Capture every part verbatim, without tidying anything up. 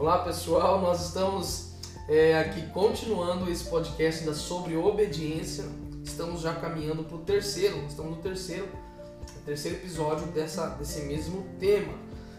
Olá pessoal, nós estamos é, aqui continuando esse podcast ainda sobre obediência. Estamos já caminhando para o terceiro, estamos no terceiro, terceiro episódio dessa, desse mesmo tema.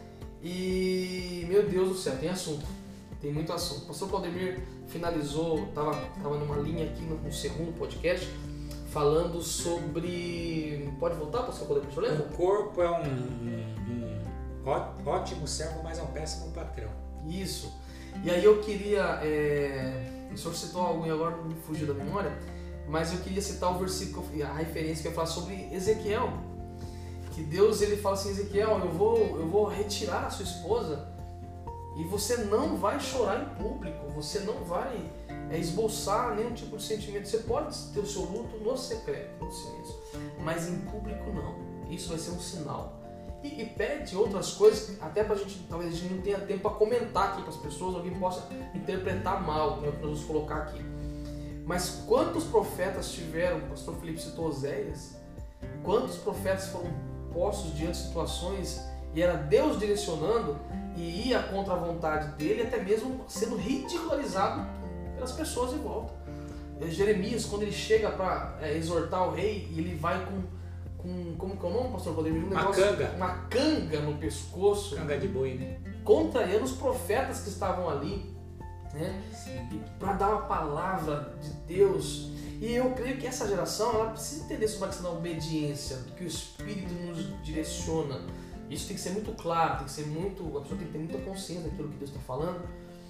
E meu Deus do céu, tem assunto, tem muito assunto. O pastor Claudemir finalizou, estava tava numa linha aqui no, no segundo podcast, falando sobre... Pode voltar, pastor Claudemir, deixa eu ler? O corpo é um, um, um ótimo servo, mas é um péssimo patrão. Isso. E aí eu queria... É... O senhor citou algo e agora me fugiu da memória, mas eu queria citar o versículo, a referência que eu ia falar sobre Ezequiel. Que Deus ele fala assim, Ezequiel, eu vou, eu vou retirar a sua esposa e você não vai chorar em público, você não vai é, esboçar nenhum tipo de sentimento. Você pode ter o seu luto no secreto, no silêncio, mas em público não. Isso vai ser um sinal. E, e pede outras coisas, até pra gente, talvez a gente não tenha tempo para comentar aqui para as pessoas, alguém possa interpretar mal, né, o que nós vamos colocar aqui. Mas quantos profetas tiveram, o pastor Felipe citou Oséias, quantos profetas foram postos diante de situações e era Deus direcionando e ia contra a vontade dele, até mesmo sendo ridicularizado pelas pessoas em volta. Jeremias, quando ele chega para é, exortar o rei, e ele vai com com, como que é o nome, pastor Claudemir? Um uma negócio, canga. Uma canga no pescoço. Canga de boi, né? Contrariando os profetas que estavam ali, né? Para dar uma palavra de Deus. E eu creio que essa geração, ela precisa entender sobre a questão da obediência, do que o Espírito nos direciona. Isso tem que ser muito claro, tem que ser muito, a pessoa tem que ter muita consciência daquilo que Deus está falando.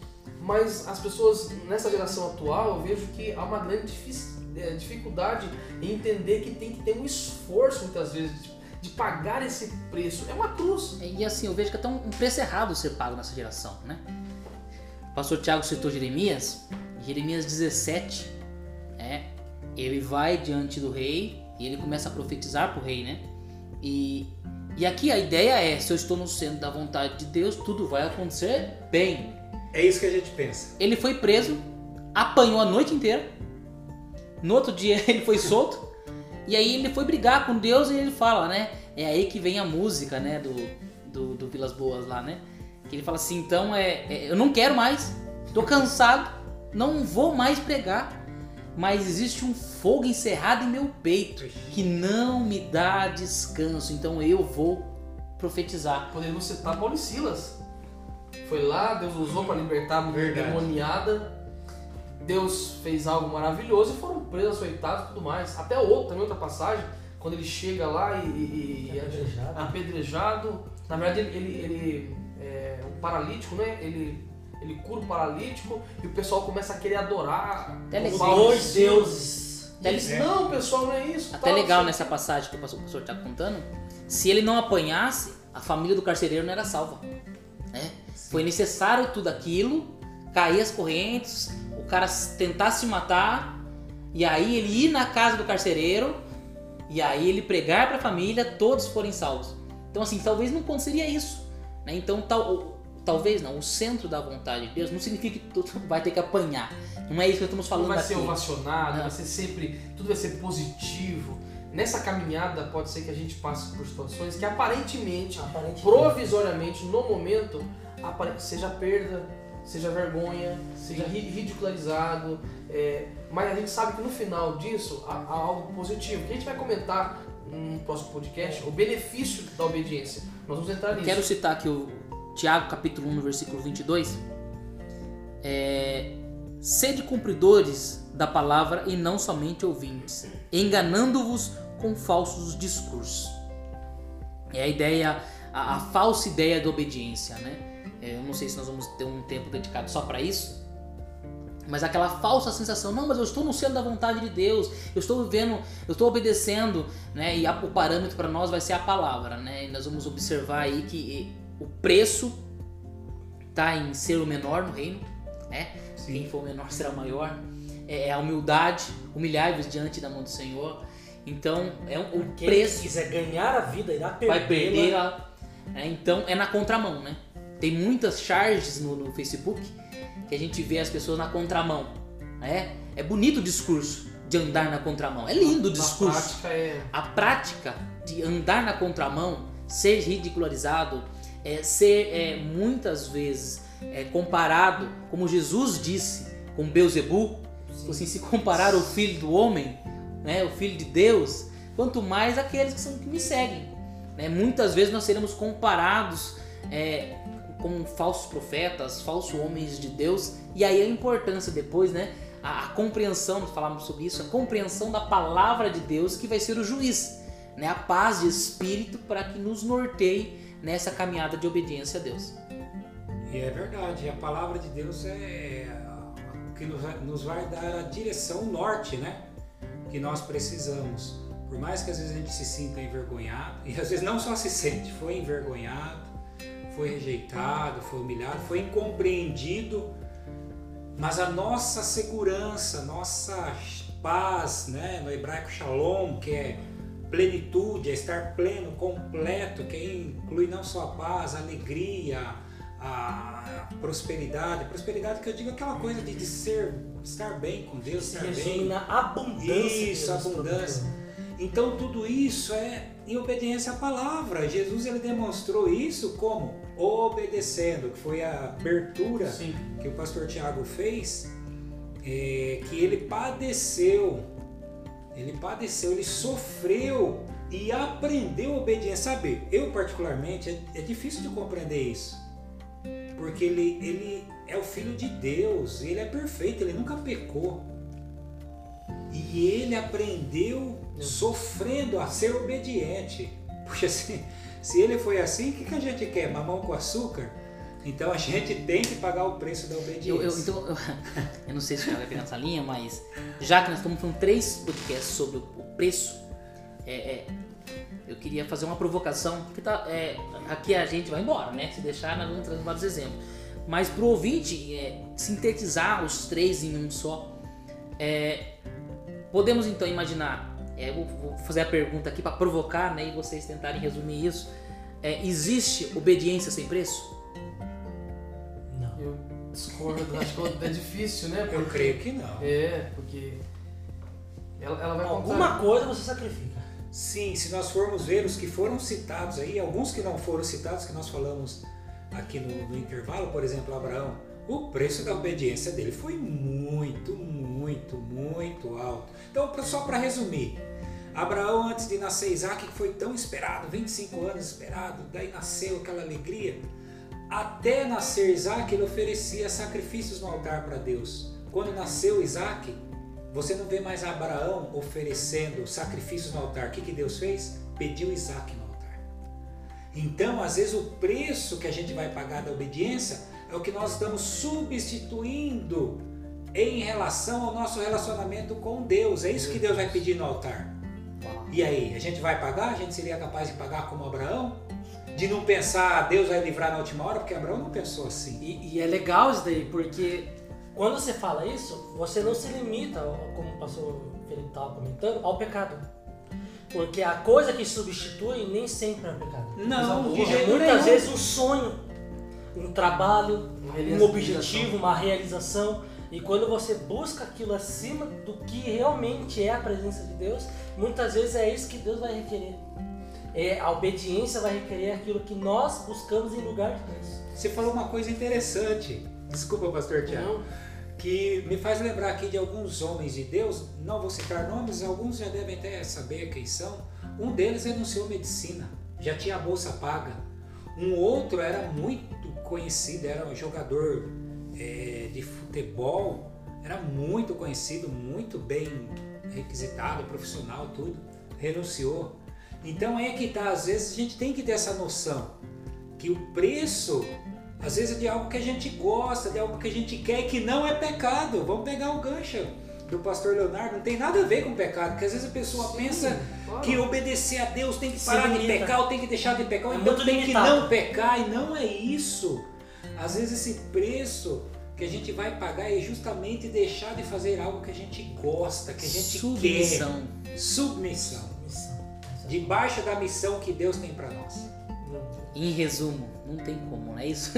Mas as pessoas, nessa geração atual, eu vejo que há uma grande dificuldade em entender que tem que ter um esforço, muitas vezes, de, de pagar esse preço. É uma cruz. E assim, eu vejo que é até um preço errado ser pago nessa geração, né? O pastor Tiago citou Jeremias, Jeremias dezessete, né? Ele vai diante do rei e ele começa a profetizar para o rei, né? E, e aqui a ideia é, se eu estou no centro da vontade de Deus, tudo vai acontecer bem. É isso que a gente pensa. Ele foi preso, apanhou a noite inteira, no outro dia ele foi solto, e aí ele foi brigar com Deus e ele fala, né? É aí que vem a música, né? Do, do, do Vilas Boas lá, né? Que ele fala assim, então é, é, eu não quero mais, tô cansado, não vou mais pregar, mas existe um fogo encerrado em meu peito que não me dá descanso, então eu vou profetizar. Podemos citar Paulo e Silas. Foi lá, Deus usou para libertar a mulher demoniada. Deus fez algo maravilhoso e foram presos, açoitados e tudo mais. Até outro, também outra passagem, quando ele chega lá e, e, e apedrejado. apedrejado. Na verdade, ele, ele, ele é um paralítico, né? Ele, ele cura o paralítico e o pessoal começa a querer adorar os dois deuses. Até Eles, não, pessoal, não é isso. Até tal, legal assim. Nessa passagem que o pastor está contando, se ele não apanhasse, a família do carcereiro não era salva. Né? Foi necessário tudo aquilo, cair as correntes, o cara tentar se matar, e aí ele ir na casa do carcereiro, e aí ele pregar para a família, todos forem salvos. Então assim, talvez não aconteceria isso. Né? Então tal, talvez não, o centro da vontade de Deus não significa que tudo vai ter que apanhar. Não é isso que nós estamos falando aqui. Não vai ser ovacionado, não. vai ser sempre, tudo vai ser positivo. Nessa caminhada pode ser que a gente passe por situações que aparentemente, aparentemente. provisoriamente, no momento, seja perda, seja vergonha, seja ridicularizado, é, mas a gente sabe que no final disso há, há algo positivo. Que a gente vai comentar no próximo podcast, o benefício da obediência. Nós vamos entrar nisso. Quero citar aqui o Tiago capítulo um, no versículo vinte e dois. É, sede cumpridores da palavra e não somente ouvintes, enganando-vos com falsos discursos. É a ideia, a, a falsa ideia da obediência, né? Eu não sei se nós vamos ter um tempo dedicado só para isso, mas aquela falsa sensação, não, mas eu estou no centro da vontade de Deus, eu estou vivendo, eu estou obedecendo, né? E a, o parâmetro para nós vai ser a palavra, né? E nós vamos observar aí que o preço está em ser o menor no reino, né? Sim. Quem for o menor será o maior. É a humildade, humilhai-vos diante da mão do Senhor. Então, é um, o Quem preço. Quem quiser ganhar a vida irá perder. Vai perder. A, é, então, é na contramão, né? Tem muitas charges no, no Facebook que a gente vê as pessoas na contramão. Né? É bonito o discurso de andar na contramão. É lindo o discurso. A prática, é... a prática de andar na contramão, ser ridicularizado, é, ser é, muitas vezes é comparado, como Jesus disse, com Beelzebul, assim, se comparar o filho do homem, né, o filho de Deus, quanto mais aqueles que, são, que me seguem. Né? Muitas vezes nós seremos comparados é, com falsos profetas, falsos homens de Deus, e aí a importância depois, né, a, a compreensão, nós falamos sobre isso, a compreensão da palavra de Deus que vai ser o juiz, né, a paz de espírito para que nos norteie nessa caminhada de obediência a Deus. E é verdade, a palavra de Deus é o que nos vai, nos vai dar a direção, o norte, né, que nós precisamos. Por mais que às vezes a gente se sinta envergonhado, e às vezes não só se sente, foi envergonhado, foi rejeitado, foi humilhado, foi incompreendido, mas a nossa segurança, nossa paz, né, no hebraico shalom, que é plenitude, é estar pleno, completo, que inclui não só a paz, a alegria, a prosperidade, prosperidade que eu digo aquela coisa de, de ser, estar bem com Deus, Se estar resume bem. na abundância. Isso, abundância. Então tudo isso é em obediência à palavra. Jesus ele demonstrou isso como? Obedecendo, que foi a abertura Sim. que o pastor Tiago fez, é, que ele padeceu, ele padeceu, ele sofreu e aprendeu a obediência. Sabe, eu particularmente, é, é difícil de compreender isso, porque ele, ele é o Filho de Deus, ele é perfeito, ele nunca pecou. E ele aprendeu sofrendo a ser obediente. Porque se, se ele foi assim, o que, que a gente quer? Mamão com açúcar? Então a gente tem que pagar o preço da obediência. Eu, eu, então, eu, eu não sei se o Thiago vai pegar nessa linha, mas já que nós estamos falando três podcasts sobre o preço, é, é, eu queria fazer uma provocação, porque tá, é, aqui a gente vai embora, né? Se deixar, nós vamos trazer vários exemplos. Mas para o ouvinte é, sintetizar os três em um só, é, podemos então imaginar, é, vou, vou fazer a pergunta aqui para provocar, né, e vocês tentarem resumir isso. É, existe obediência sem preço? Não. Eu discordo, acho que é difícil, né? Eu creio que não. É, porque ela, ela vai Alguma contar. coisa você sacrifica. Sim, se nós formos ver os que foram citados aí, alguns que não foram citados, que nós falamos aqui no, no intervalo, por exemplo, Abraão, o preço da obediência dele foi muito, muito, muito alto. Então, só para resumir, Abraão, antes de nascer Isaac, que foi tão esperado, vinte e cinco anos esperado, daí nasceu aquela alegria, até nascer Isaac, ele oferecia sacrifícios no altar para Deus. Quando nasceu Isaac, você não vê mais Abraão oferecendo sacrifícios no altar. O que, que Deus fez? Pediu Isaac no altar. Então, às vezes, o preço que a gente vai pagar da obediência é o que nós estamos substituindo em relação ao nosso relacionamento com Deus. É isso que Deus vai pedir no altar. E aí, a gente vai pagar? A gente seria capaz de pagar como Abraão? De não pensar, Deus vai livrar na última hora? Porque Abraão não pensou assim. E, e é legal isso daí, porque quando você fala isso, você não se limita, como o pastor Felipe estava comentando, ao pecado. Porque a coisa que substitui nem sempre é pecado. Não, de É jeito muitas nenhum. vezes um sonho, um trabalho, Uma um realização. objetivo, uma realização. E quando você busca aquilo acima do que realmente é a presença de Deus, muitas vezes é isso que Deus vai requerer. É, a obediência vai requerer aquilo que nós buscamos em lugar de Deus. Você falou uma coisa interessante, desculpa, pastor Tiago, que me faz lembrar aqui de alguns homens de Deus, não vou citar nomes, alguns já devem até saber quem são. Um deles renunciou medicina, já tinha a bolsa paga. Um outro era muito conhecido, era um jogador é, de futebol, era muito conhecido, muito bem requisitado, profissional, tudo, renunciou. Então é que está, às vezes a gente tem que ter essa noção, que o preço, às vezes é de algo que a gente gosta, de algo que a gente quer e que não é pecado. Vamos pegar o gancho do pastor Leonardo, não tem nada a ver com pecado, porque às vezes a pessoa Sim, pensa claro. que obedecer a Deus tem que parar de pecar, ou tem que deixar de pecar, ou é então muito tem limitado. que não pecar, e não é isso. Às vezes esse preço que a gente vai pagar é justamente deixar de fazer algo que a gente gosta, que a gente Submissão. quer. Submissão. Debaixo da missão que Deus tem para nós. Em resumo, não tem como, não é isso?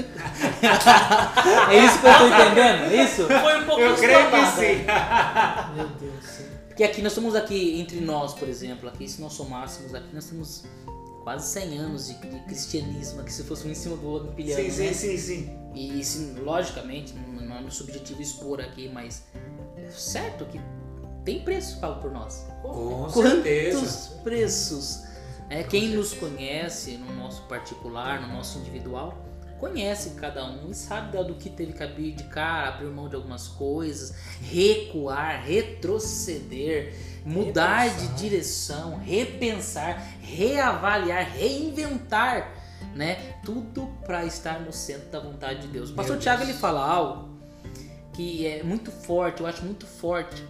É isso que eu tô entendendo? É isso? Foi um pouco Eu creio que explanado. sim. Meu Deus, sim. Porque aqui nós estamos aqui entre nós, por exemplo, aqui se nós somássemos aqui, nós temos quase cem anos de, de cristianismo, que se fosse um em cima do outro, pilhando, Sim, né? sim, sim, sim. E isso, logicamente, não não é meu subjetivo expor aqui, mas é certo que tem preço pago por nós. Com Quantos certeza. preços? É, quem nos conhece no nosso particular, no nosso individual, conhece cada um e sabe do que teve que abdicar, abrir mão de algumas coisas, recuar, retroceder, mudar Repensar. de direção, repensar, reavaliar, reinventar, né? Tudo para estar no centro da vontade de Deus. O pastor Meu Tiago Deus. ele fala algo que é muito forte, eu acho muito forte.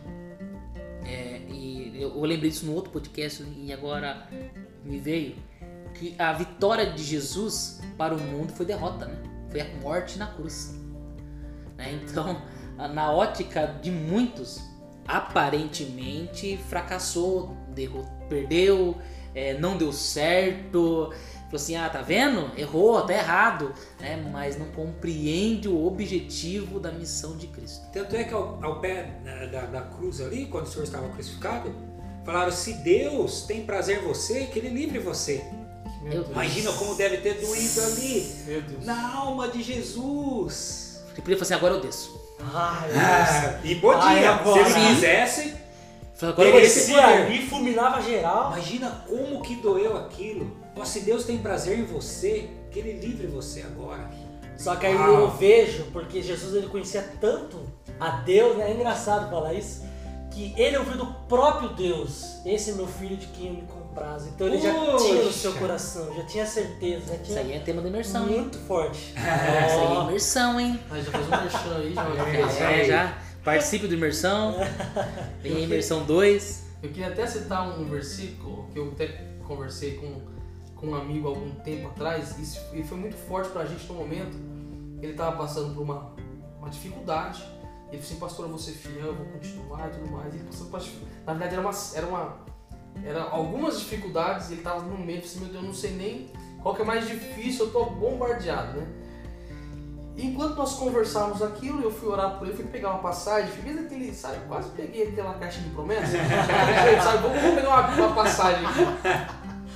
É, e eu, eu lembrei disso no outro podcast e agora me veio que a vitória de Jesus para o mundo foi derrota, né? Foi a morte na cruz, né? Então, na ótica de muitos, aparentemente fracassou, derrou, perdeu, é, não deu certo. Falou assim, ah, tá vendo? Errou, tá errado, né? Mas não compreende o objetivo da missão de Cristo. Tanto é que ao, ao pé da, da, da cruz ali, quando o Senhor estava crucificado, falaram, se Deus tem prazer em você, que Ele livre você. Meu Eu- Deus. Imagina como deve ter doído ali, Meu Deus. na alma de Jesus. Ele podia falar assim, agora eu desço. Ai, Ah, e podia, Ai, se agora. Ele Sim. quisesse. Falei, agora eu vou Ele descer. poder. ali fulminava geral. Imagina como que doeu aquilo. Ó, se Deus tem prazer em você, que Ele livre você agora. Só que aí Uau. eu vejo, porque Jesus ele conhecia tanto a Deus, né? É engraçado falar isso, que ele ouviu do próprio Deus, esse é meu filho de quem eu me comprazo. Então ele já Poxa. tinha no seu coração, já tinha certeza, já Isso tinha aí é tema da imersão, hein? muito forte. Isso aí é Ó, imersão, hein? Aí já faz um merchan aí, já. É, já. Participe do imersão. Vem a imersão dois. Eu queria até citar um versículo que eu até conversei com, com um amigo há algum tempo atrás e isso- e foi muito forte pra gente no momento. Ele estava passando por uma, uma dificuldade. Ele falou assim, pastor, eu vou ser fiel, eu vou continuar e tudo mais. Ele passou por uma dificuldade. Na verdade, era uma, era uma era algumas dificuldades e ele estava no meio. Ele falou assim, meu Deus, eu não sei nem qual que é mais difícil, eu tô bombardeado, né? E enquanto nós conversávamos aquilo, eu fui orar por ele, fui pegar uma passagem, fiz aquele, sabe, quase peguei aquela caixa de promessa, sabe, vamos, vamos pegar uma, uma passagem aqui.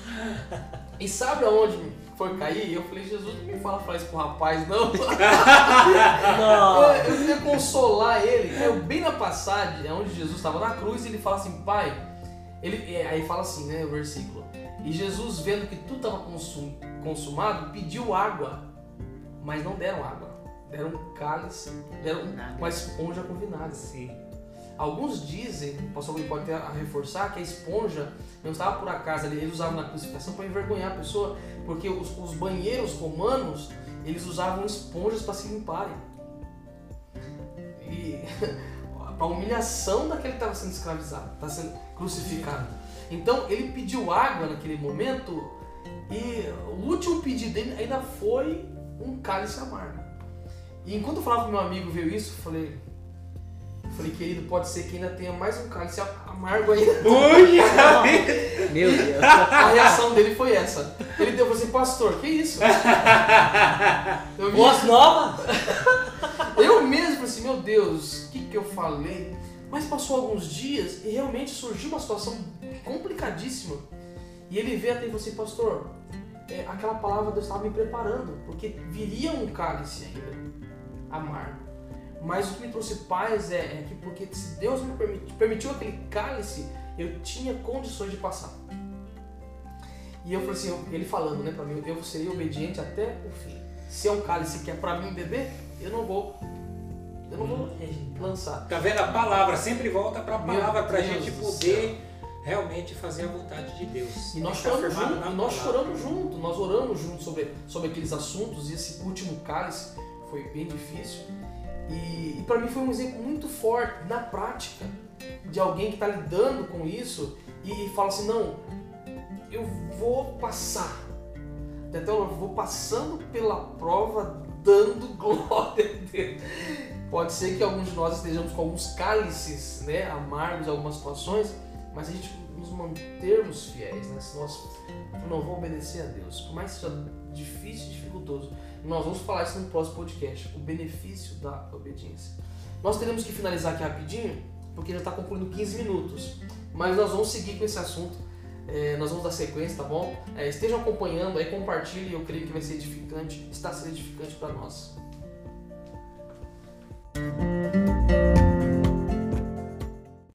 E sabe aonde foi cair? Eu falei, Jesus, não me fala falar isso pro rapaz, não. Não. Eu, eu queria consolar ele. Eu, bem na passagem, onde Jesus estava na cruz, ele fala assim, pai, ele, é, aí fala assim, né, o versículo, e Jesus, vendo que tudo estava consum, consumado, pediu água, mas não deram água, deram um cálice, deram uma esponja com vinagre. Sim. Alguns dizem, o pastor Rui pode até reforçar, que a esponja não estava por acaso, eles usavam na crucificação para envergonhar a pessoa, porque os, os banheiros romanos, eles usavam esponjas para se limparem. E a humilhação daquele que estava sendo escravizado, estava sendo crucificado. Então ele pediu água naquele momento e o último pedido dele ainda foi um cálice amargo. E enquanto eu falava com meu amigo, veio isso, eu falei... Falei, querido, pode ser que ainda tenha mais um cálice amargo ainda. Meu Deus. A reação dele foi essa. Ele deu assim, pastor, que isso? Eu, me- Voz nova? eu mesmo falei assim, meu Deus, o que, que eu falei? Mas passou alguns dias e realmente surgiu uma situação complicadíssima. E ele veio até e falou assim, pastor, é, aquela palavra Deus estava me preparando, porque viria um cálice ainda amargo. Mas o que me trouxe paz é, é que porque se Deus me permiti, permitiu aquele cálice, eu tinha condições de passar. E eu falei assim, eu- ele falando, né, pra mim, eu serei obediente até o fim. Se é um cálice que é pra mim beber, eu não vou, eu não vou lançar. Tá vendo? A palavra sempre volta para a Meu palavra para a Deus gente do poder realmente fazer a vontade de Deus. E nós Ficar choramos firmado junto, na e nós palavra. choramos junto, nós oramos junto sobre, sobre aqueles assuntos, e esse último cálice foi bem difícil. E, e para mim foi um exemplo muito forte na prática de alguém que está lidando com isso e, e fala assim, não, eu vou passar. Então eu vou passando pela prova, dando glória a Deus. Pode ser que alguns de nós estejamos com alguns cálices, né, amargos em algumas situações, mas a gente nos mantermos fiéis, né? Se nós não vamos obedecer a Deus, por mais que seja difícil e dificultoso, nós vamos falar isso no próximo podcast, o benefício da obediência. Nós teremos que finalizar aqui rapidinho, porque já está concluindo quinze minutos, mas nós vamos seguir com esse assunto É, nós vamos dar sequência, tá bom? É, estejam acompanhando aí, compartilhem, eu creio que vai ser edificante, está sendo edificante para nós.